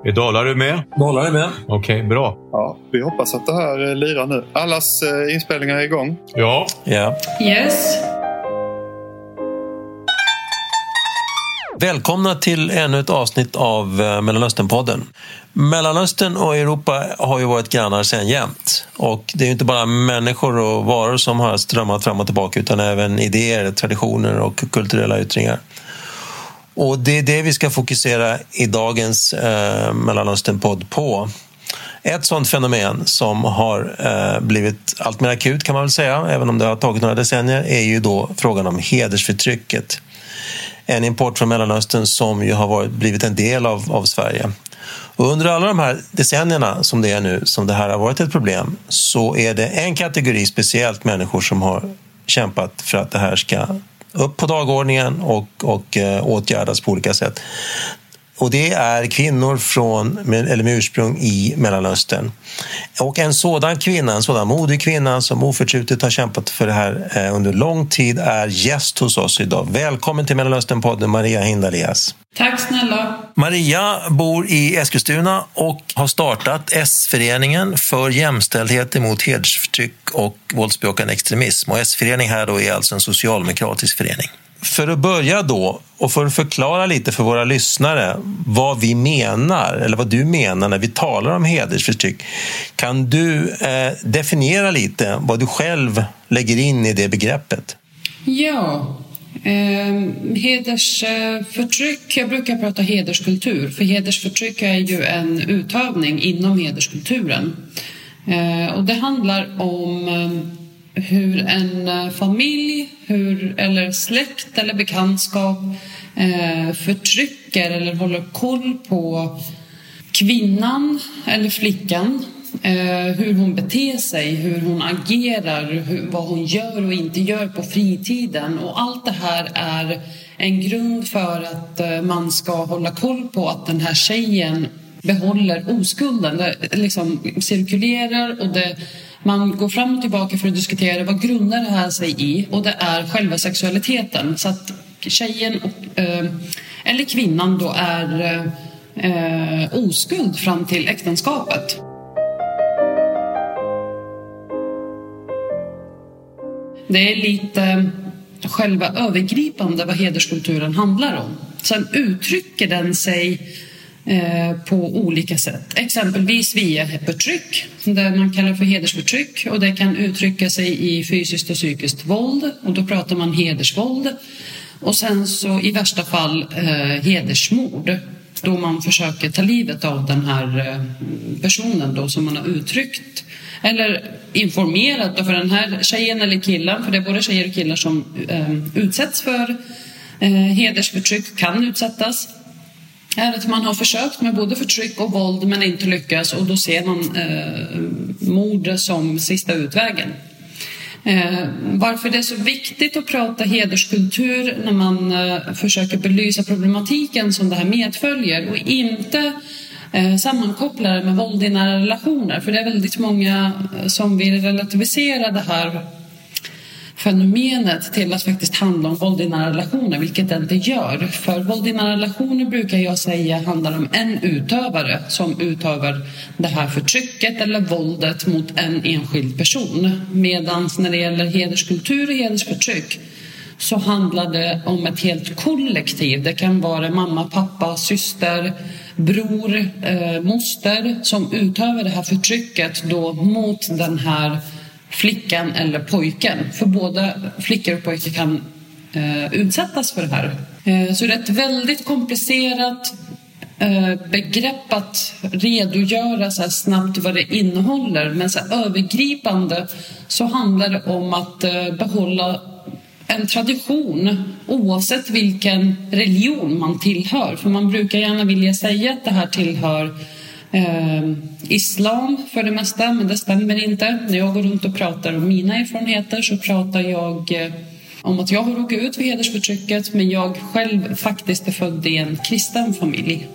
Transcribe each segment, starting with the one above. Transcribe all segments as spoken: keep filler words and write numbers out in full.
Är Dalarö med? Dalarö med. Okej, okay, bra. Ja, vi hoppas att det här lirar nu. Allas eh, inspelningar är igång. Ja. Ja. Yes. Välkomna till ännu ett avsnitt av Mellanösternpodden. Mellanöstern och Europa har ju varit grannar sedan jämt. Och det är ju inte bara människor och varor som har strömmat fram och tillbaka utan även idéer, traditioner och kulturella yttringar. Och det är det vi ska fokusera i dagens eh, Mellanösternpodd på. Ett sådant fenomen som har eh, blivit allt mer akut kan man väl säga, även om det har tagit några decennier, är ju då frågan om hedersförtrycket. En import från Mellanöstern som ju har varit, blivit en del av, av Sverige. Och under alla de här decennierna som det är nu, som det här har varit ett problem, så är det en kategori speciellt människor som har kämpat för att det här ska upp på dagordningen och, och eh, åtgärdas på olika sätt. Och det är kvinnor från, med, eller med ursprung i Mellanöstern. Och en sådan kvinna, en sådan modig kvinna som oförtrutet har kämpat för det här eh, under lång tid är gäst hos oss idag. Välkommen till Mellanösternpodden, Maria Hindalias. Tack snälla. Maria bor i Eskilstuna och har startat S-föreningen för jämställdhet emot hedersförtryck och våldsbejakande extremism. Och S-förening här då är alltså en socialdemokratisk förening. För att börja då, och för att förklara lite för våra lyssnare vad vi menar, eller vad du menar när vi talar om hedersförtryck, kan du eh, definiera lite vad du själv lägger in i det begreppet? Ja, eh, hedersförtryck, jag brukar prata hederskultur, för hedersförtryck är ju en utövning inom hederskulturen. Eh, och det handlar om eh, hur en familj, hur, eller släkt eller bekantskap eh, förtrycker eller håller koll på kvinnan eller flickan, eh, hur hon beter sig, hur hon agerar, hur, vad hon gör och inte gör på fritiden. Och allt det här är en grund för att eh, man ska hålla koll på att den här tjejen behåller oskulden. Det liksom cirkulerar och det, man går fram och tillbaka för att diskutera vad grundar det här sig i, och det är själva sexualiteten. Så att tjejen och, eh, eller kvinnan då är eh, oskuld fram till äktenskapet. Det är lite själva övergripande vad hederskulturen handlar om. Sen uttrycker den sig på olika sätt. Exempelvis via förtryck, det man kallar för hedersförtryck, och det kan uttrycka sig i fysiskt och psykiskt våld, och då pratar man hedersvåld. Och sen så i värsta fall eh, hedersmord, då man försöker ta livet av den här eh, personen då som man har uttryckt eller informerat då för den här tjejen eller killen, för det är både tjejer och killar som eh, utsätts för eh, hedersförtryck, kan utsättas. Är att man har försökt med både förtryck och våld men inte lyckas, och då ser man eh, mord som sista utvägen. Eh, varför det är så viktigt att prata hederskultur när man eh, försöker belysa problematiken som det här medföljer, och inte eh, sammankoppla det med våld i nära relationer, för det är väldigt många som vill relativisera det här fenomenet till att faktiskt handla om våld i nära relationer, vilket det inte gör. För våld i nära relationer brukar jag säga handlar om en utövare som utövar det här förtrycket eller våldet mot en enskild person. Medan när det gäller hederskultur och hedersförtryck så handlar det om ett helt kollektiv. Det kan vara mamma, pappa, syster, bror, eh, moster som utövar det här förtrycket då mot den här flickan eller pojken. För både flickor och pojkar kan eh, utsättas för det här. Eh, så det är ett väldigt komplicerat eh, begrepp att redogöra så här snabbt vad det innehåller. Men så här övergripande så handlar det om att eh, behålla en tradition oavsett vilken religion man tillhör. För man brukar gärna vilja säga att det här tillhör Eh, islam för det mesta, men det stämmer inte. När jag går runt och pratar om mina erfarenheter så pratar jag eh, om att jag har råkat ut för hedersförtrycket, men jag själv faktiskt är född i en kristen familj.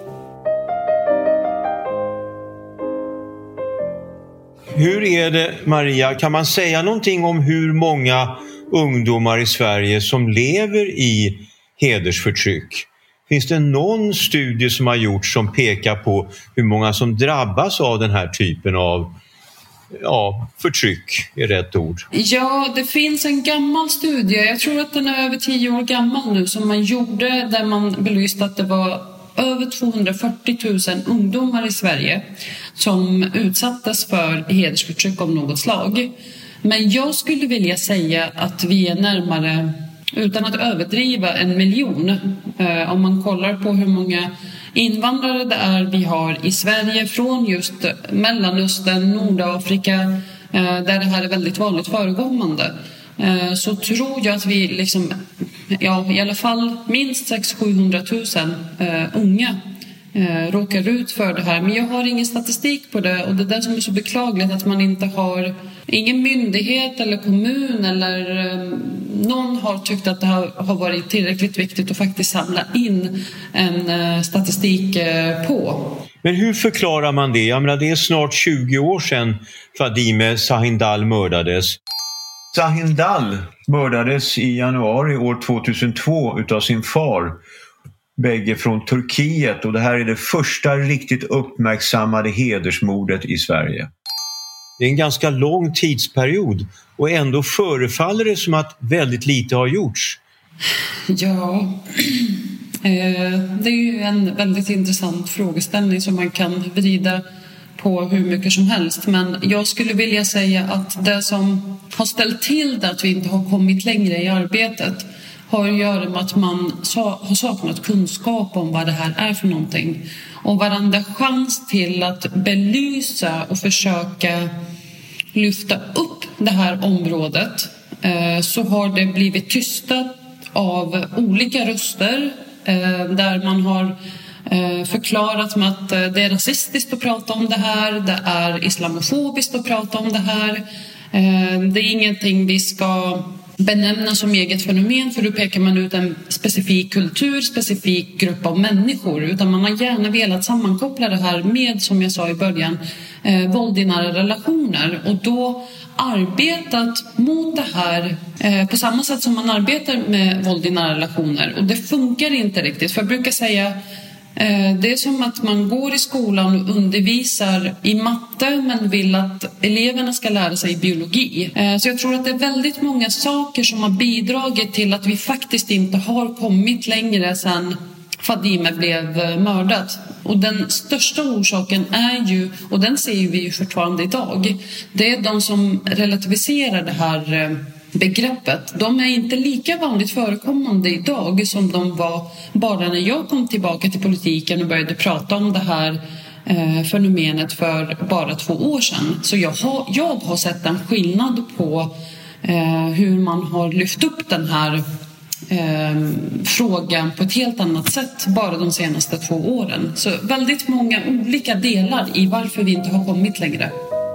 Hur är det, Maria? Kan man säga någonting om hur många ungdomar i Sverige som lever i hedersförtryck? Finns det någon studie som har gjorts som pekar på hur många som drabbas av den här typen av ja, förtryck är rätt ord? Ja, det finns en gammal studie, jag tror att den är över tio år gammal nu, som man gjorde där man belyste att det var över tvåhundrafyrtio tusen ungdomar i Sverige som utsattes för hedersförtryck av något slag. Men jag skulle vilja säga att vi är närmare, utan att överdriva, en miljon. Eh, om man kollar på hur många invandrare det är vi har i Sverige från just Mellanöstern, Nordafrika, eh, där det här är väldigt vanligt förekommande, eh, så tror jag att vi liksom, ja, i alla fall minst sex till sjuhundratusen eh, unga eh, råkar ut för det här. Men jag har ingen statistik på det, och det är det som är så beklagligt, att man inte har, ingen myndighet eller kommun eller eh, någon har tyckt att det har, har varit tillräckligt viktigt att faktiskt samla in en eh, statistik eh, på. Men hur förklarar man det? Jag menar, det är snart tjugo år sedan Fadime Sahindal mördades. Sahindal mördades i januari år tvåtusentvå utav sin far, bägge från Turkiet, och det här är det första riktigt uppmärksammade hedersmordet i Sverige. Det är en ganska lång tidsperiod, och ändå förefaller det som att väldigt lite har gjorts. Ja, det är ju en väldigt intressant frågeställning som man kan vrida på hur mycket som helst. Men jag skulle vilja säga att det som har ställt till det att vi inte har kommit längre i arbetet har att göra med att man har saknat kunskap om vad det här är för någonting. Och varandra chans till att belysa och försöka lyfta upp det här området, så har det blivit tystat av olika röster där man har förklarat med att det är rasistiskt att prata om det här, det är islamofobiskt att prata om det här, det är ingenting vi ska benämna som eget fenomen, för då pekar man ut en specifik kultur, specifik grupp av människor, utan man har gärna velat sammankoppla det här med, som jag sa i början, eh, våld i nära relationer, och då arbetat mot det här eh, på samma sätt som man arbetar med våld i nära relationer, och det funkar inte riktigt. För jag brukar säga det är som att man går i skolan och undervisar i matte men vill att eleverna ska lära sig biologi. Så jag tror att det är väldigt många saker som har bidragit till att vi faktiskt inte har kommit längre sedan Fadime blev mördad. Och den största orsaken är ju, och den ser vi ju fortfarande idag, det är de som relativiserar det här begreppet. De är inte lika vanligt förekommande idag som de var bara när jag kom tillbaka till politiken och började prata om det här eh, fenomenet för bara två år sedan. Så jag har, jag har sett en skillnad på eh, hur man har lyft upp den här eh, frågan på ett helt annat sätt bara de senaste två åren. Så väldigt många olika delar i varför vi inte har kommit längre.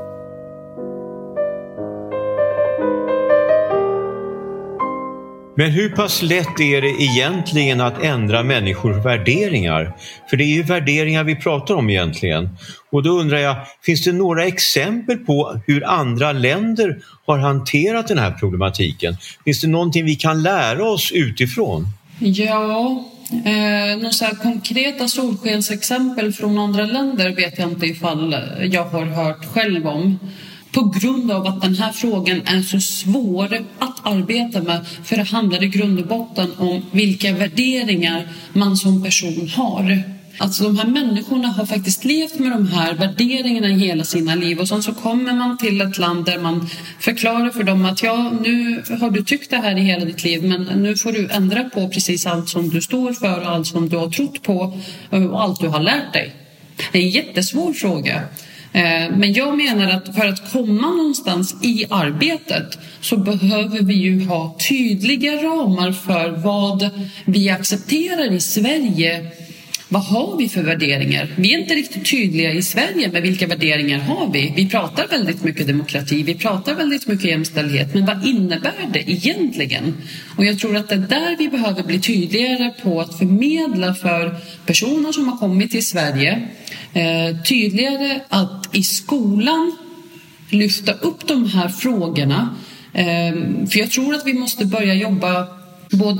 Men hur pass lätt är det egentligen att ändra människors värderingar? För det är ju värderingar vi pratar om egentligen. Och då undrar jag, finns det några exempel på hur andra länder har hanterat den här problematiken? Finns det någonting vi kan lära oss utifrån? Ja, eh, några så här konkreta solskensexempel från andra länder vet jag inte ifall jag har hört själv om. På grund av att den här frågan är så svår att arbeta med, för det handlar i grund och botten om vilka värderingar man som person har. Alltså de här människorna har faktiskt levt med de här värderingarna i hela sina liv, och sen så kommer man till ett land där man förklarar för dem att ja, nu har du tyckt det här i hela ditt liv, men nu får du ändra på precis allt som du står för, allt som du har trott på och allt du har lärt dig. Det är en jättesvår fråga. Men jag menar att för att komma någonstans i arbetet så behöver vi ju ha tydliga ramar för vad vi accepterar i Sverige. Vad har vi för värderingar? Vi är inte riktigt tydliga i Sverige med vilka värderingar har vi. Vi pratar väldigt mycket demokrati, vi pratar väldigt mycket jämställdhet, men vad innebär det egentligen? Och jag tror att det är där vi behöver bli tydligare på att förmedla för personer som har kommit till Sverige, eh, tydligare att i skolan lyfta upp de här frågorna. Eh, för jag tror att vi måste börja jobba både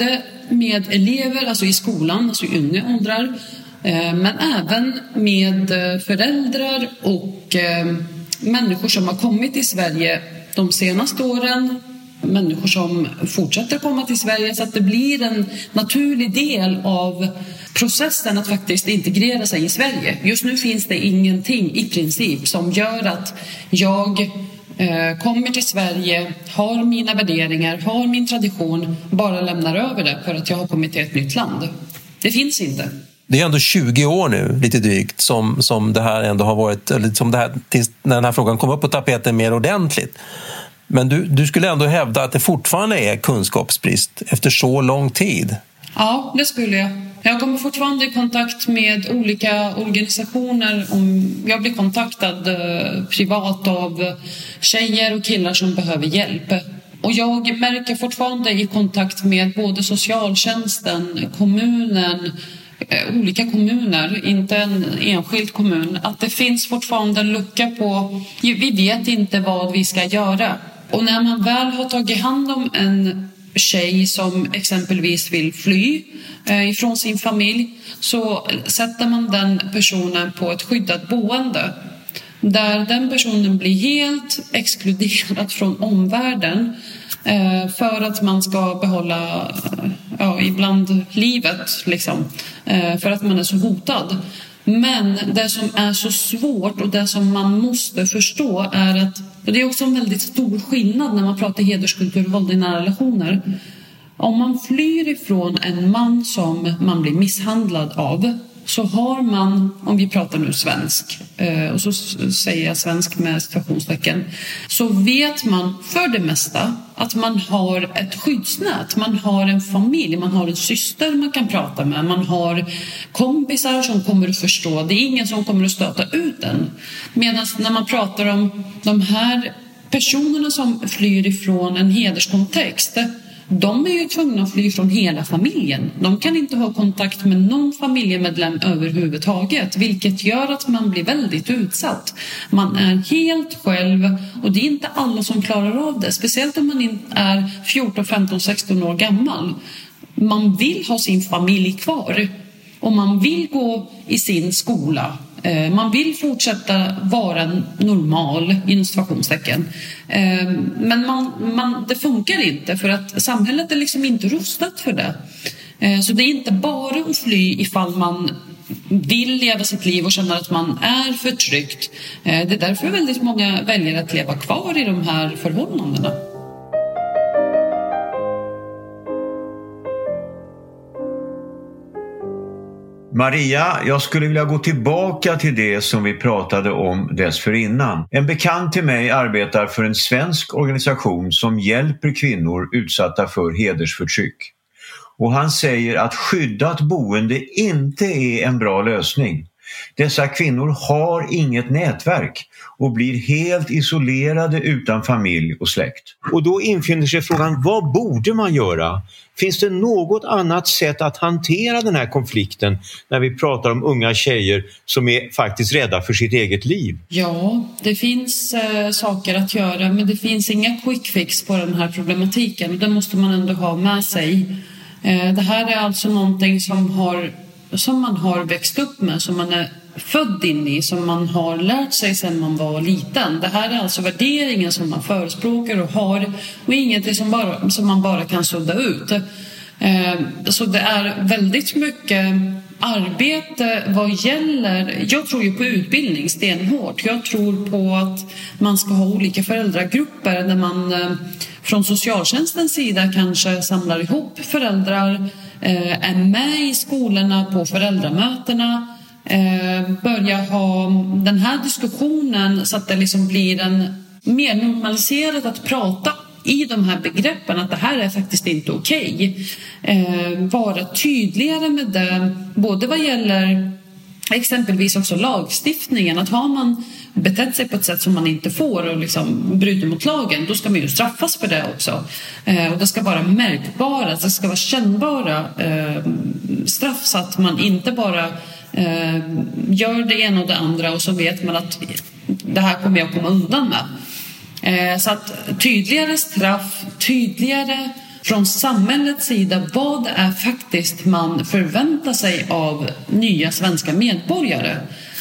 med elever, alltså i skolan, alltså i unga åldrar, men även med föräldrar och människor som har kommit till Sverige de senaste åren, människor som fortsätter komma till Sverige, så att det blir en naturlig del av processen att faktiskt integrera sig i Sverige. Just nu finns det ingenting i princip som gör att jag eh, kommer till Sverige, har mina värderingar, har min tradition, bara lämnar över det för att jag har kommit till ett nytt land. Det finns inte. Det är ändå tjugo år nu, lite drygt, som, som det här ändå har varit, eller som det här, tills när den här frågan kom upp på tapeten mer ordentligt. Men du, du skulle ändå hävda att det fortfarande är kunskapsbrist efter så lång tid? Ja, det skulle jag. Jag kommer fortfarande i kontakt med olika organisationer. Om jag blir kontaktad eh, privat av tjejer och killar som behöver hjälp. Och jag märker fortfarande i kontakt med både socialtjänsten, kommunen, eh, olika kommuner, inte en enskild kommun, att det finns fortfarande en lucka på, vi vet inte vad vi ska göra. Och när man väl har tagit hand om en tjej som exempelvis vill fly eh, ifrån sin familj, så sätter man den personen på ett skyddat boende där den personen blir helt exkluderad från omvärlden eh, för att man ska behålla ja, ibland livet liksom, eh, för att man är så hotad. Men det som är så svårt och det som man måste förstå är att, och det är också en väldigt stor skillnad när man pratar hederskultur och våld i nära relationer. Om man flyr ifrån en man som man blir misshandlad av, så har man, om vi pratar nu svensk, och så säger jag svensk med situationstecken, så vet man för det mesta att man har ett skyddsnät, man har en familj, man har en syster man kan prata med, man har kompisar som kommer att förstå, det är ingen som kommer att stöta ut en. Medan när man pratar om de här personerna som flyr ifrån en hederskontext, de är ju tvungna att fly från hela familjen. De kan inte ha kontakt med någon familjemedlem överhuvudtaget, vilket gör att man blir väldigt utsatt. Man är helt själv och det är inte alla som klarar av det, speciellt om man är fjorton, femton, sexton år gammal. Man vill ha sin familj kvar och man vill gå i sin skola. Man vill fortsätta vara normal inom situationstecken. Men man, man, det funkar inte för att samhället är liksom inte rustat för det. Så det är inte bara att fly ifall man vill leva sitt liv och känner att man är förtryckt. Det är därför väldigt många väljer att leva kvar i de här förhållandena. Maria, jag skulle vilja gå tillbaka till det som vi pratade om dessförinnan. En bekant till mig arbetar för en svensk organisation som hjälper kvinnor utsatta för hedersförtryck. Och han säger att skyddat boende inte är en bra lösning. Dessa kvinnor har inget nätverk och blir helt isolerade utan familj och släkt. Och då infinner sig frågan, vad borde man göra? Finns det något annat sätt att hantera den här konflikten när vi pratar om unga tjejer som är faktiskt rädda för sitt eget liv? Ja, det finns äh, saker att göra, men det finns inga quick fix på den här problematiken. Det måste man ändå ha med sig. Äh, det här är alltså någonting som, har, som man har växt upp med, som man är född in i, som man har lärt sig sedan man var liten. Det här är alltså värderingen som man förespråkar och har, och inget som, bara, som man bara kan sudda ut. Så det är väldigt mycket arbete vad gäller, jag tror ju på utbildning stenhårt. Jag tror på att man ska ha olika föräldragrupper där man från socialtjänstens sida kanske samlar ihop föräldrar, är med i skolorna på föräldramötena, börja ha den här diskussionen så att det liksom blir en mer normaliserat att prata i de här begreppen, att det här är faktiskt inte okej. Eh, vara tydligare med det, både vad gäller exempelvis också lagstiftningen, att har man betett sig på ett sätt som man inte får och liksom bryter mot lagen, då ska man ju straffas för det också. Eh, och det ska vara märkbara, det ska vara kännbara eh, straff, så att man inte bara eh, gör det ena och det andra och så vet man att det här kommer jag komma undan med. Eh, så att tydligare straff, tydligare från samhällets sida vad det är faktiskt man förväntar sig av nya svenska medborgare.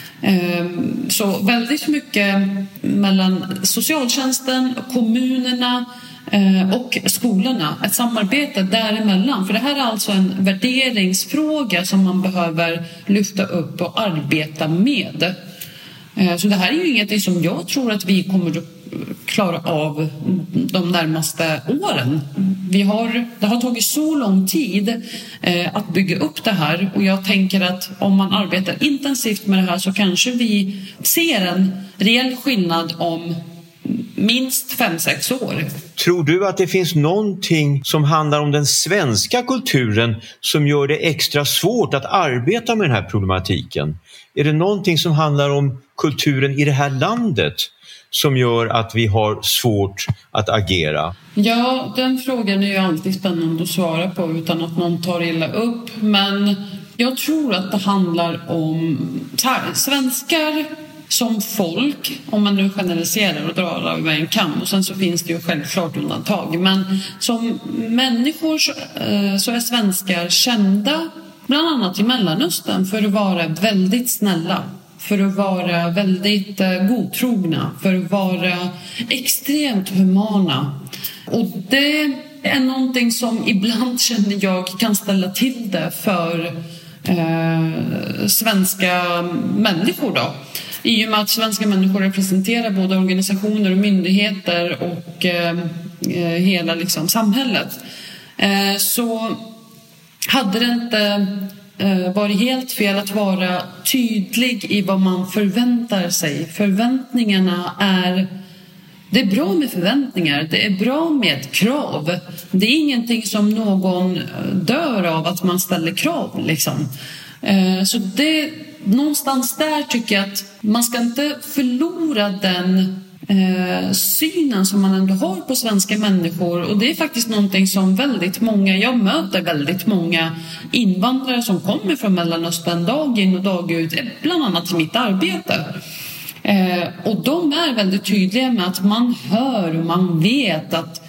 Så väldigt mycket mellan socialtjänsten, kommunerna och skolorna, ett samarbete däremellan. För det här är alltså en värderingsfråga som man behöver lyfta upp och arbeta med. Så det här är ju ingenting som jag tror att vi kommer att klara av de närmaste åren. Vi har, det har tagit så lång tid eh, att bygga upp det här, och jag tänker att om man arbetar intensivt med det här så kanske vi ser en reell skillnad om minst fem sex år. Tror du att det finns någonting som handlar om den svenska kulturen som gör det extra svårt att arbeta med den här problematiken? Är det någonting som handlar om kulturen i det här landet som gör att vi har svårt att agera? Ja, den frågan är ju alltid spännande att svara på utan att någon tar illa upp. Men jag tror att det handlar om här, svenskar som folk, om man nu generaliserar och drar över en kam, och sen så finns det ju självklart undantag. Men som människor så, så är svenskar kända, bland annat i Mellanöstern, för att vara väldigt snälla. För att vara väldigt godtrogna, för att vara extremt humana. Och det är någonting som ibland känner jag kan ställa till det för eh, svenska människor då. I och med att svenska människor representerar både organisationer och myndigheter och eh, hela liksom, samhället. Eh, så hade det inte var det helt fel att vara tydlig i vad man förväntar sig. Förväntningarna är... Det är bra med förväntningar. Det är bra med krav. Det är ingenting som någon dör av att man ställer krav. Liksom. Så det, någonstans där tycker jag att man ska inte förlora den Eh, synen som man ändå har på svenska människor, och det är faktiskt någonting som väldigt många, jag möter väldigt många invandrare som kommer från Mellanöstern dag in och dag ut, bland annat i mitt arbete, eh, och de är väldigt tydliga med att man hör och man vet att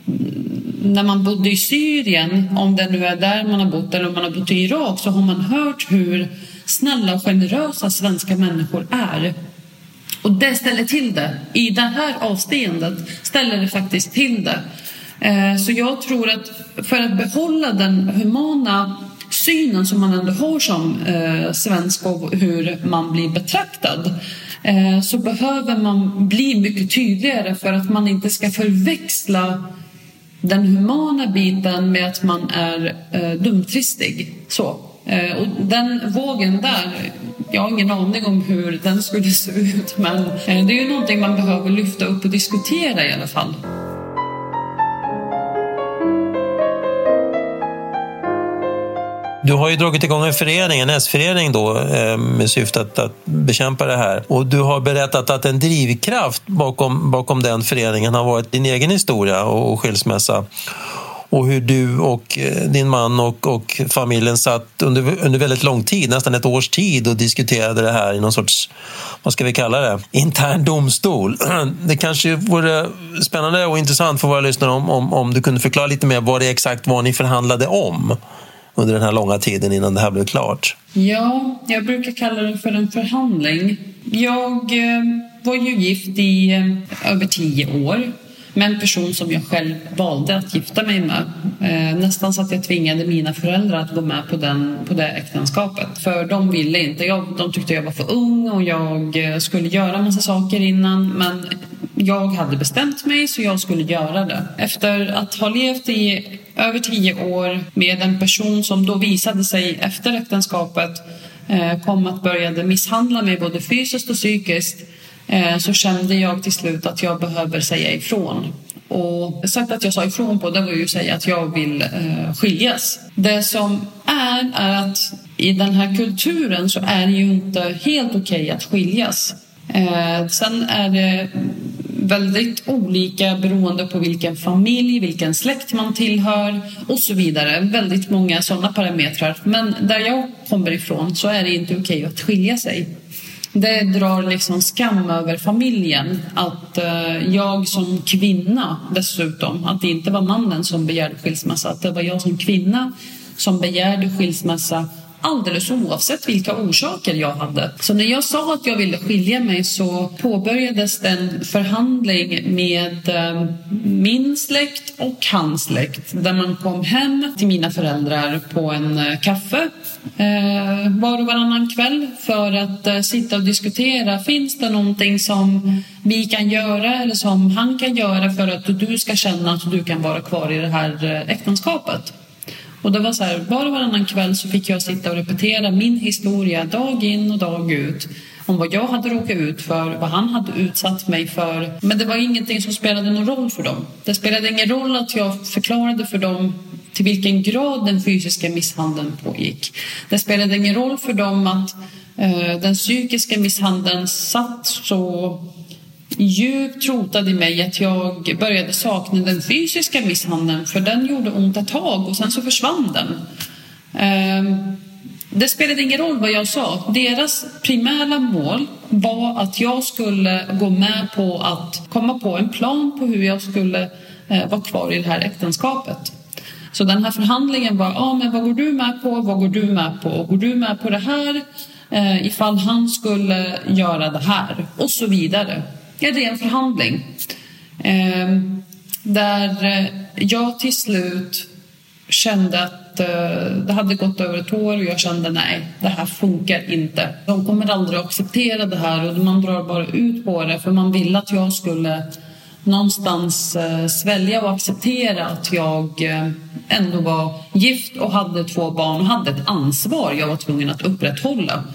när man bodde i Syrien, om det nu är där man har bott eller om man har bott i Irak, så har man hört hur snälla och generösa svenska människor är. Och det ställer till det. I det här avståndet ställer det faktiskt till det. Så jag tror att för att behålla den humana synen som man ändå har som svensk och hur man blir betraktad, så behöver man bli mycket tydligare för att man inte ska förväxla den humana biten med att man är dumtristig. Så. Och den vågen där, jag har ingen aning om hur den skulle se ut, men det är ju någonting man behöver lyfta upp och diskutera i alla fall. Du har ju dragit igång en förening, en S-förening då, med syfte att, att bekämpa det här. Och du har berättat att en drivkraft bakom, bakom den föreningen har varit din egen historia och, och skilsmässa. Och hur du och din man och, och familjen satt under, under väldigt lång tid, nästan ett års tid, och diskuterade det här i någon sorts, vad ska vi kalla det, intern domstol. Det kanske vore spännande och intressant för våra lyssnare om, om, om du kunde förklara lite mer vad det exakt var ni förhandlade om under den här långa tiden innan det här blev klart. Ja, jag brukar kalla det för en förhandling. Jag var ju gift i över tio år. med en person som jag själv valde att gifta mig med. Eh, nästan så att jag tvingade mina föräldrar att gå med på, den, på det äktenskapet. För de ville inte. Jag, de tyckte jag var för ung och jag skulle göra en massa saker innan. Men jag hade bestämt mig så jag skulle göra det. Efter att ha levt i över tio år med en person som då visade sig efter äktenskapet eh, kom att börja misshandla mig både fysiskt och psykiskt, så kände jag till slut att jag behöver säga ifrån. Och sättet att jag sa ifrån på det var ju att säga att jag vill eh, skiljas. Det som är, är att i den här kulturen så är det ju inte helt okej okay att skiljas. Eh, sen är det väldigt olika beroende på vilken familj, vilken släkt man tillhör och så vidare. Väldigt många sådana parametrar. Men där jag kommer ifrån så är det inte okej okay att skilja sig. det drar liksom skam över familjen att eh, jag som kvinna dessutom, att det inte var mannen som begärde skilsmässa, att det var jag som kvinna som begärde skilsmässa alldeles oavsett vilka orsaker jag hade. Så när jag sa att jag ville skilja mig så påbörjades en förhandling med eh, min släkt och hans släkt, där man kom hem till mina föräldrar på en eh, kaffe eh, var och varannan kväll för att eh, sitta och diskutera. Finns det någonting som vi kan göra eller som han kan göra för att du ska känna att du kan vara kvar i det här eh, äktenskapet? Och det var så här, var och varannan kväll så fick jag sitta och repetera min historia dag in och dag ut om vad jag hade råkat ut för, vad han hade utsatt mig för. Men det var ingenting som spelade någon roll för dem. Det spelade ingen roll att jag förklarade för dem till vilken grad den fysiska misshandeln pågick. Det spelade ingen roll för dem att eh, den psykiska misshandeln satt så djupt rotad i mig att jag började sakna den fysiska misshandeln, för den gjorde ont ett tag och sen så försvann den. Det spelade ingen roll vad jag sa. Deras primära mål var att jag skulle gå med på att komma på en plan på hur jag skulle vara kvar i det här äktenskapet. Så den här förhandlingen var, ja men vad går du med på, vad går du med på, går du med på det här ifall han skulle göra det här och så vidare. Ja, det är en förhandling eh, där jag till slut kände att eh, det hade gått över ett år och jag kände nej, det här funkar inte. De kommer aldrig att acceptera det här och man drar bara ut på det för man ville att jag skulle någonstans eh, svälja och acceptera att jag eh, ändå var gift och hade två barn och hade ett ansvar jag var tvungen att upprätthålla.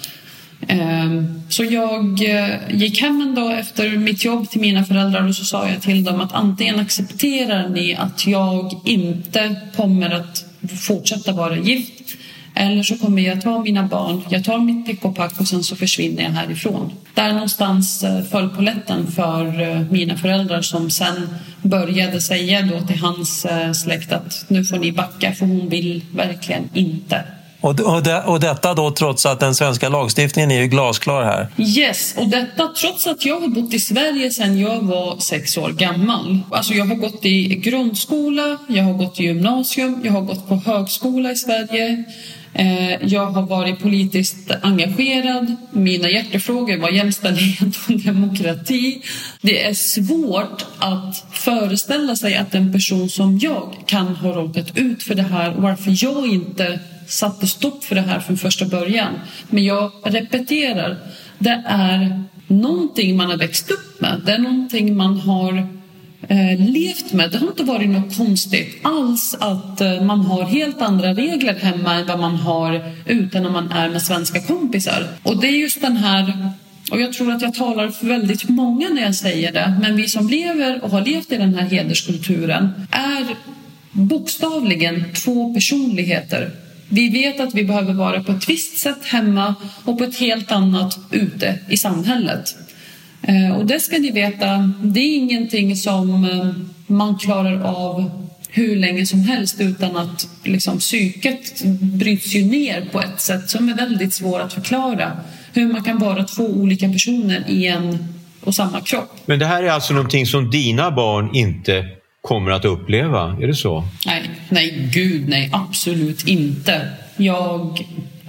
Så jag gick hem en dag efter mitt jobb till mina föräldrar och så sa jag till dem att antingen accepterar ni att jag inte kommer att fortsätta vara gift, eller så kommer jag ta mina barn, jag tar mitt pick och pack och sen så försvinner jag härifrån. Där någonstans föll polletten för mina föräldrar som sen började säga då till hans släkt att nu får ni backa för hon vill verkligen inte. Och, och, det, och detta då trots att den svenska lagstiftningen är ju glasklar här. Yes, och detta trots att jag har bott i Sverige sedan jag var sex år gammal. Alltså jag har gått i grundskola, jag har gått i gymnasium, jag har gått på högskola i Sverige. Eh, jag har varit politiskt engagerad. Mina hjärtefrågor var jämställdhet och demokrati. Det är svårt att föreställa sig att en person som jag kan ha råkat ut för det här och varför jag inte satte stopp för det här från första början. Men jag repeterar, det är någonting man har växt upp med. Det är någonting man har eh, levt med. Det har inte varit något konstigt alls att eh, man har helt andra regler hemma än vad man har ute när man är med svenska kompisar. Och det är just den här, och jag tror att jag talar för väldigt många när jag säger det, men vi som lever och har levt i den här hederskulturen är bokstavligen två personligheter. Vi vet att vi behöver vara på ett visst sätt hemma och på ett helt annat ute i samhället. Och det ska ni veta, det är ingenting som man klarar av hur länge som helst utan att liksom, psyket bryts ju ner på ett sätt som är väldigt svårt att förklara. Hur man kan vara två olika personer i en och samma kropp. Men det här är alltså någonting som dina barn inte kommer att uppleva, är det så? Nej, nej, gud nej, absolut inte. Jag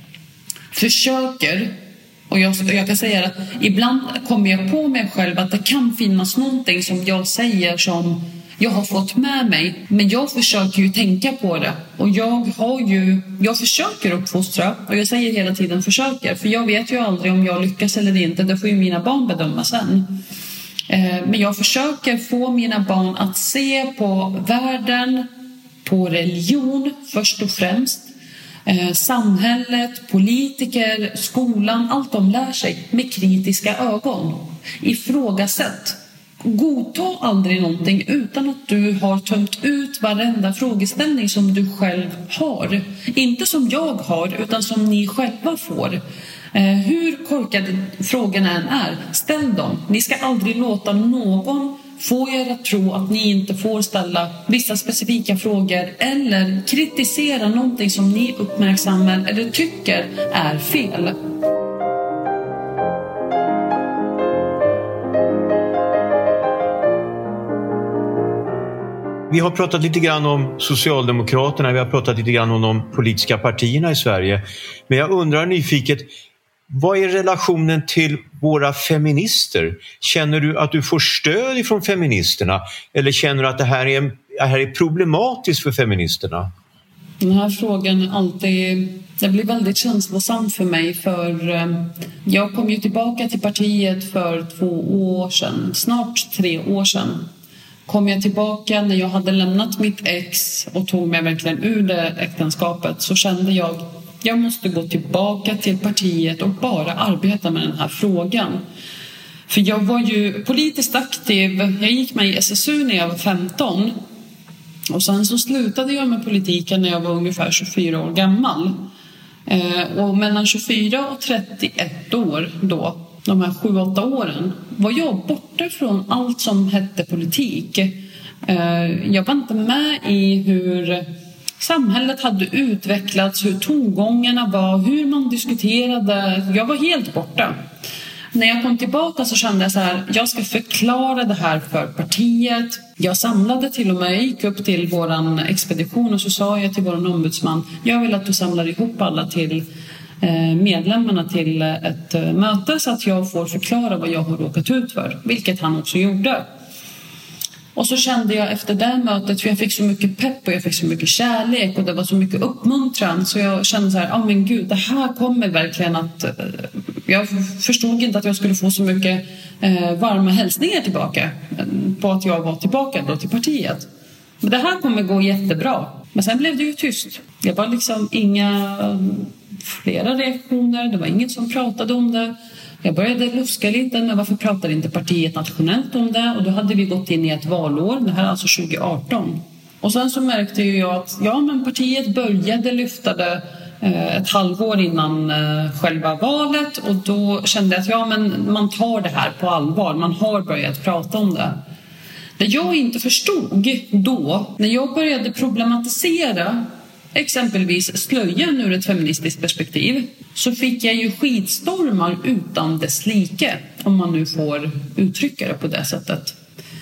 försöker, och jag, jag kan säga att ibland kommer jag på mig själv att det kan finnas någonting som jag säger som jag har fått med mig, men jag försöker ju tänka på det. Och jag har ju, jag försöker uppfostra, och jag säger hela tiden försöker, för jag vet ju aldrig om jag lyckas eller inte, det får ju mina barn bedöma sen. Men jag försöker få mina barn att se på världen, på religion först och främst, samhället, politiker, skolan, allt de lär sig med kritiska ögon. Ifrågasätt. Godta aldrig någonting utan att du har tömt ut varenda frågeställning som du själv har. Inte som jag har, utan som ni själva får. Hur korkade frågorna än är, ställ dem. Ni ska aldrig låta någon få er att tro att ni inte får ställa vissa specifika frågor eller kritisera någonting som ni uppmärksammar eller tycker är fel. Vi har pratat lite grann om Socialdemokraterna, vi har pratat lite grann om de politiska partierna i Sverige. Men jag undrar nyfiket, vad är relationen till våra feminister? Känner du att du får stöd ifrån feministerna? Eller känner du att det här är, det här är problematiskt för feministerna? Den här frågan är alltid, det blir väldigt känslosamt för mig, för jag kom ju tillbaka till partiet för två år sedan, snart tre år sedan. Kom jag tillbaka när jag hade lämnat mitt ex och tog mig verkligen ur det äktenskapet, så kände jag jag måste gå tillbaka till partiet och bara arbeta med den här frågan. För jag var ju politiskt aktiv, jag gick med i S S U när jag var femton. Och sen så slutade jag med politiken när jag var ungefär tjugofyra år gammal. Eh, och mellan tjugofyra och trettioett år då, de här sju åtta åren, var jag borta från allt som hette politik. Eh, jag var inte med i hur samhället hade utvecklats, hur tongångarna var, hur man diskuterade. Jag var helt borta. När jag kom tillbaka så kände jag så här, jag ska förklara det här för partiet. Jag samlade till och med, jag gick upp till våran expedition och så sa jag till våran ombudsman, jag vill att du samlar ihop alla till medlemmarna till ett möte så att jag får förklara vad jag har råkat ut för, vilket han också gjorde. Och så kände jag efter det mötet, för jag fick så mycket pepp och jag fick så mycket kärlek och det var så mycket uppmuntran, så jag kände så här, ja ah, men gud, det här kommer verkligen att... Jag förstod inte att jag skulle få så mycket eh, varma hälsningar tillbaka på att jag var tillbaka då till partiet. Men det här kommer gå jättebra. Men sen blev det ju tyst. Det var liksom inga flera reaktioner, det var ingen som pratade om det. Jag började luska lite, men varför pratade inte partiet nationellt om det? Och då hade vi gått in i ett valår, det här är alltså tjugo arton. Och sen så märkte ju jag att ja, men partiet började lyfta det eh, ett halvår innan eh, själva valet. Och då kände jag att ja, men man tar det här på allvar, man har börjat prata om det. Det jag inte förstod då, när jag började problematisera exempelvis slöjan ur ett feministiskt perspektiv, så fick jag ju skitstormar utan dess like, om man nu får uttrycka det på det sättet.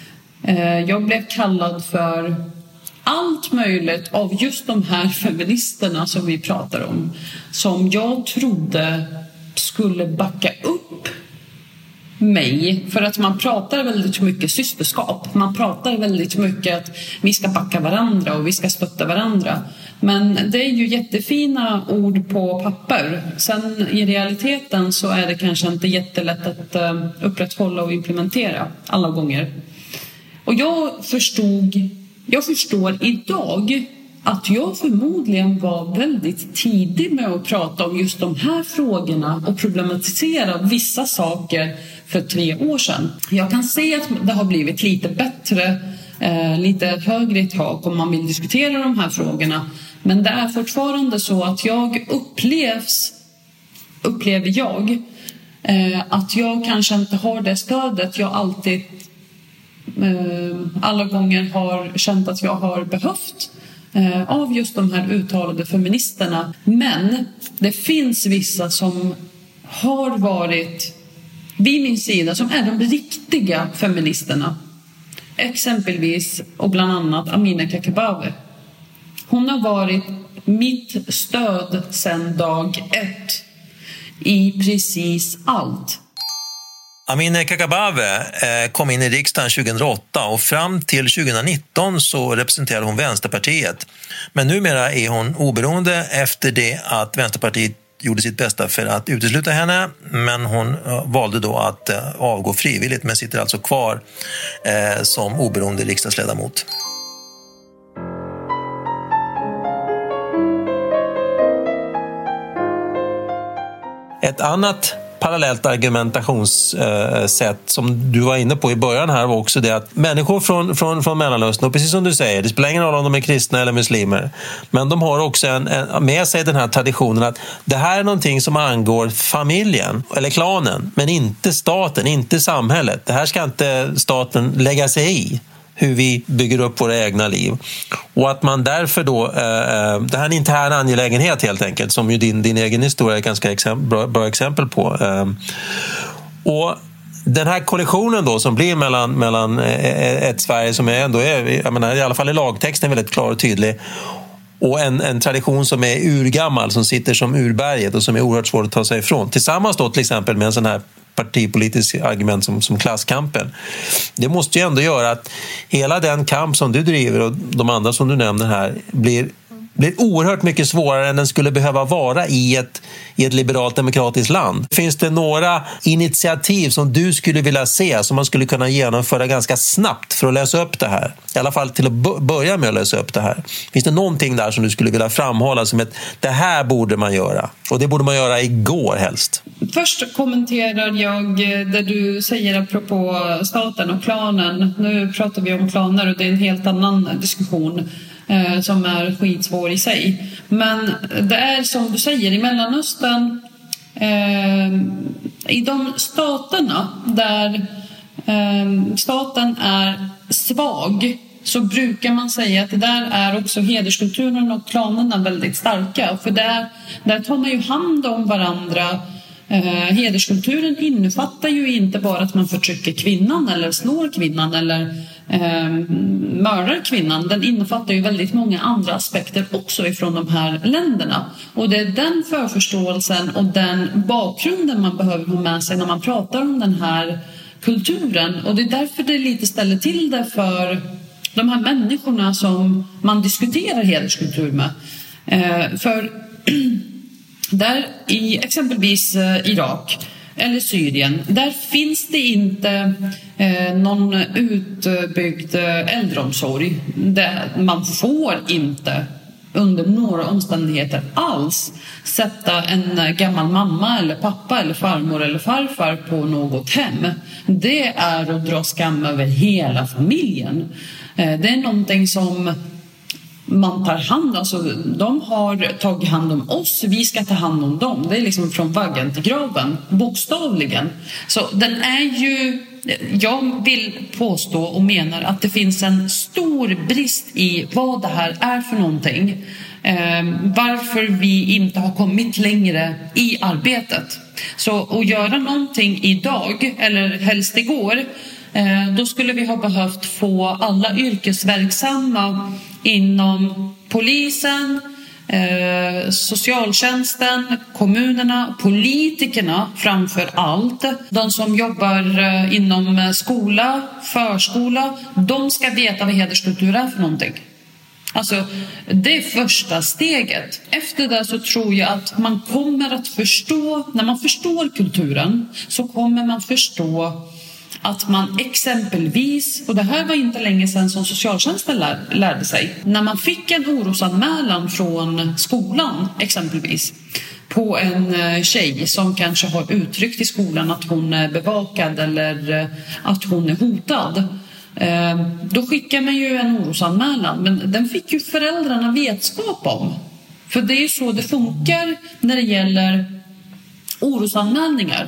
Jag blev kallad för allt möjligt av just de här feministerna som vi pratar om, som jag trodde skulle backa upp mig, för att man pratar väldigt mycket systerskap. Man pratar väldigt mycket att vi ska backa varandra och vi ska stötta varandra. Men det är ju jättefina ord på papper. Sen i realiteten så är det kanske inte jättelätt att upprätthålla och implementera alla gånger. Och jag förstod, jag förstår idag att jag förmodligen var väldigt tidig med att prata om just de här frågorna och problematisera vissa saker för tre år sedan. Jag kan se att det har blivit lite bättre, eh, lite högre i tak om man vill diskutera de här frågorna. Men det är fortfarande så att jag upplevs, upplever jag, eh, att jag kanske inte har det stödet jag alltid eh, alla gånger har känt att jag har behövt av just de här uttalade feministerna. Men det finns vissa som har varit vid min sida, som är de riktiga feministerna. Exempelvis och bland annat Amineh Kakabaveh. Hon har varit mitt stöd sedan dag ett i precis allt. Amineh Kakabaveh kom in i riksdagen tjugohundraåtta och fram till tjugonitton så representerade hon Vänsterpartiet. Men numera är hon oberoende efter det att Vänsterpartiet gjorde sitt bästa för att utesluta henne, men hon valde då att avgå frivilligt, men sitter alltså kvar eh, som oberoende riksdagsledamot. Ett annat parallellt argumentationssätt som du var inne på i början här var också det att människor från, från, från Mellanöstern, och precis som du säger, det spelar ingen roll om de är kristna eller muslimer, men de har också en, en, med sig den här traditionen att det här är någonting som angår familjen eller klanen, men inte staten, inte samhället. Det här ska inte staten lägga sig i, hur vi bygger upp våra egna liv. Och att man därför då, eh, det här är en intern angelägenhet helt enkelt, som ju din, din egen historia är ett ganska exempel, bra, bra exempel på. Eh, och den här kollisionen då som blir mellan, mellan ett Sverige som är ändå är, jag menar, i alla fall i lagtexten väldigt klar och tydlig, och en, en tradition som är urgammal, som sitter som urberget och som är oerhört svår att ta sig ifrån. Tillsammans då till exempel med en sån här partipolitisk argument som, som klasskampen. Det måste ju ändå göra att hela den kamp som du driver och de andra som du nämner här blir blir oerhört mycket svårare än den skulle behöva vara i ett, i ett liberalt demokratiskt land. Finns det några initiativ som du skulle vilja se som man skulle kunna genomföra ganska snabbt för att lösa upp det här? I alla fall till att börja med att lösa upp det här. Finns det någonting där som du skulle vilja framhålla som ett, det här borde man göra? Och det borde man göra igår helst. Först kommenterar jag det du säger apropå staten och klanen. Nu pratar vi om klaner och det är en helt annan diskussion som är skitsvår i sig. Men det är som du säger, i Mellanöstern, eh, i de staterna där eh, staten är svag, så brukar man säga att det där är också hederskulturen och klanerna väldigt starka. För där, där tar man ju hand om varandra. Eh, hederskulturen innefattar ju inte bara att man förtrycker kvinnan eller slår kvinnan eller eh, mördar kvinnan. Den innefattar ju väldigt många andra aspekter också ifrån de här länderna. Och det är den förförståelsen och den bakgrunden man behöver ha med sig när man pratar om den här kulturen. Och det är därför det lite ställer till det för de här människorna som man diskuterar hederskultur med. Eh, för där i exempelvis Irak eller Syrien, där finns det inte eh, någon utbyggd äldreomsorg. Där man får inte under några omständigheter alls sätta en gammal mamma eller pappa eller farmor eller farfar på något hem. Det är att dra skam över hela familjen. Eh, det är någonting som man tar hand om, alltså de har tagit hand om oss, vi ska ta hand om dem. Det är liksom från vaggan till graven, bokstavligen. Så den är ju, jag vill påstå och menar att det finns en stor brist i vad det här är för någonting. Eh, varför vi inte har kommit längre i arbetet. Så att göra någonting idag, eller helst igår, då skulle vi ha behövt få alla yrkesverksamma inom polisen, eh, socialtjänsten, kommunerna, politikerna framför allt. De som jobbar eh, inom skola, förskola, de ska veta vad hederskultur är för någonting. Alltså, det är första steget. Efter det så tror jag att man kommer att förstå, när man förstår kulturen så kommer man förstå att man exempelvis, och det här var inte länge sedan som socialtjänsten lär, lärde sig, när man fick en orosanmälan från skolan exempelvis på en tjej som kanske har uttryckt i skolan att hon är bevakad eller att hon är hotad, då skickar man ju en orosanmälan, men den fick ju föräldrarna vetskap om. För det är ju så det funkar när det gäller orosanmälningar.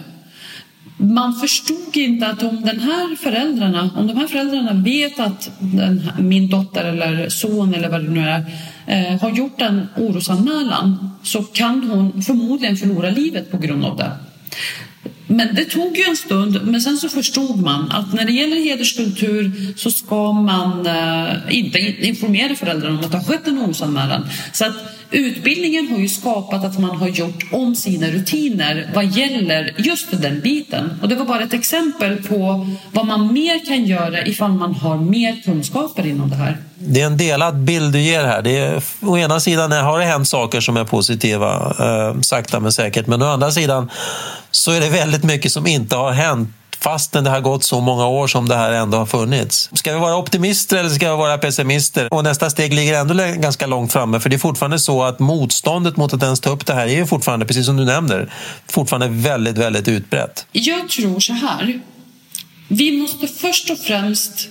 Man förstod inte att om den här föräldrarna, om de här föräldrarna vet att den, min dotter eller son eller vad det nu är eh, har gjort en orosanmälan, så kan hon förmodligen förlora livet på grund av det. Men det tog ju en stund, men sen så förstod man att när det gäller hederskultur så ska man eh, inte informera föräldrarna om att det har skett en orosanmälan. Så att utbildningen har ju skapat att man har gjort om sina rutiner vad gäller just den biten. Och det var bara ett exempel på vad man mer kan göra ifall man har mer kunskaper inom det här. Det är en delad bild du ger här. Det är, å ena sidan har det hänt saker som är positiva, eh, sakta men säkert. Men å andra sidan så är det väldigt mycket som inte har hänt fastän det har gått så många år som det här ändå har funnits. Ska vi vara optimister eller ska vi vara pessimister? Och nästa steg ligger ändå ganska långt framme, för det är fortfarande så att motståndet mot att ens ta upp det här är ju fortfarande, precis som du nämner, fortfarande väldigt, väldigt utbrett. Jag tror så här. Vi måste först och främst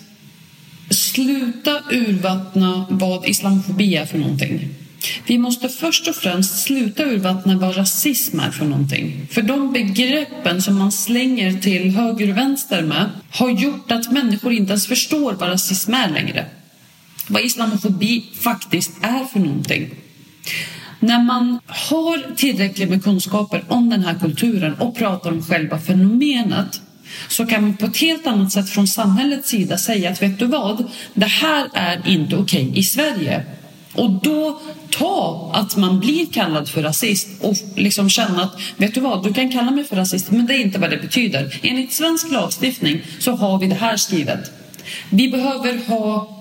sluta urvattna vad islamofobi är för någonting. Vi måste först och främst sluta urvattna vad rasism är för någonting. För de begreppen som man slänger till höger och vänster med har gjort att människor inte ens förstår vad rasism är längre. Vad islamofobi faktiskt är för någonting. När man har tillräckligt med kunskaper om den här kulturen och pratar om själva fenomenet, så kan man på ett helt annat sätt från samhällets sida säga att vet du vad, det här är inte okej i Sverige. Och då ta att man blir kallad för rasist och liksom känna att vet du vad, du kan kalla mig för rasist men det är inte vad det betyder. Enligt svensk lagstiftning så har vi det här skrivet. Vi behöver ha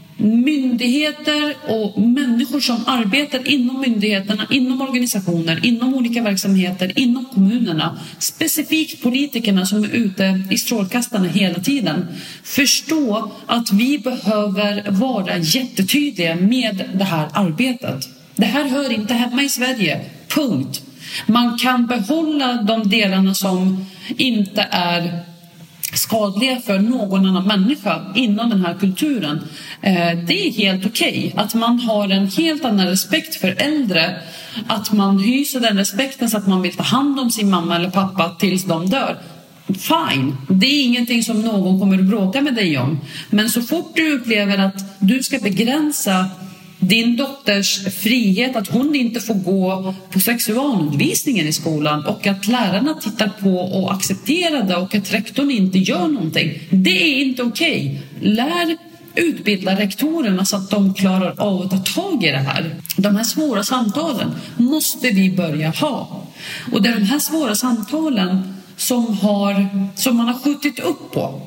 myndigheter och människor som arbetar inom myndigheterna, inom organisationer, inom olika verksamheter, inom kommunerna, specifikt politikerna som är ute i strålkastarna hela tiden, förstå att vi behöver vara jättetydliga med det här arbetet. Det här hör inte hemma i Sverige, punkt. Man kan behålla de delarna som inte är skadliga för någon annan människa inom den här kulturen. Det är helt okej att man har en helt annan respekt för äldre, att man hyser den respekten så att man vill ta hand om sin mamma eller pappa tills de dör. Fine, det är ingenting som någon kommer att bråka med dig om. Men så fort du upplever att du ska begränsa din dotters frihet, att hon inte får gå på sexualundervisningen i skolan och att lärarna tittar på och accepterar det och att rektorn inte gör någonting. Det är inte okej. Lär utbilda rektorerna så att de klarar av att ta tag i det här. De här svåra samtalen måste vi börja ha. Och det är de här svåra samtalen som, har, som man har skjutit upp på.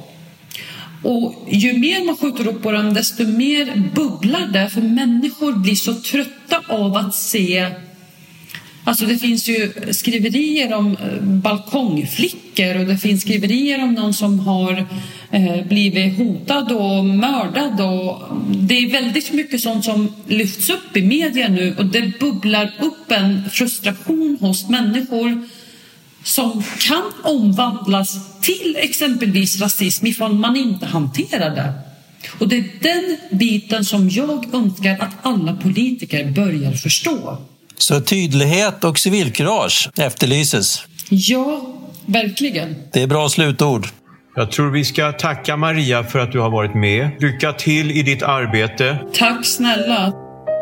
Och ju mer man skjuter upp på dem, desto mer bubblar det, för människor blir så trötta av att se. Alltså det finns ju skriverier om balkongflickor och det finns skriverier om någon som har eh, blivit hotad och mördad. Och det är väldigt mycket sånt som lyfts upp i media nu och det bubblar upp en frustration hos människor som kan omvandlas till exempelvis rasism ifall man inte hanterar det. Och det är den biten som jag önskar att alla politiker börjar förstå. Så tydlighet och civilkurage efterlyses. Ja, verkligen. Det är bra slutord. Jag tror vi ska tacka Maria för att du har varit med. Lycka till i ditt arbete. Tack snälla.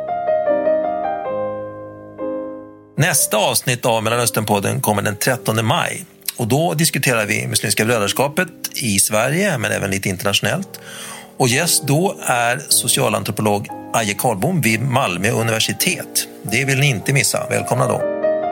Nästa avsnitt av Mellanösternpodden kommer den trettonde maj. Och då diskuterar vi Muslimska brödraskapet i Sverige men även lite internationellt. Och gäst då är socialantropolog Aje Karlbom vid Malmö universitet. Det vill ni inte missa. Välkomna då.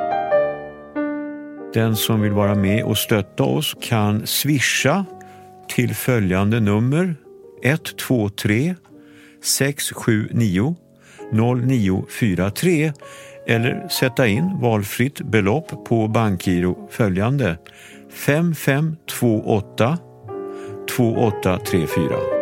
Den som vill vara med och stötta oss kan swisha till följande nummer ett två tre sex sju nio noll nio fyra tre eller sätta in valfritt belopp på bankgiro följande fem fem två åtta två åtta tre fyra.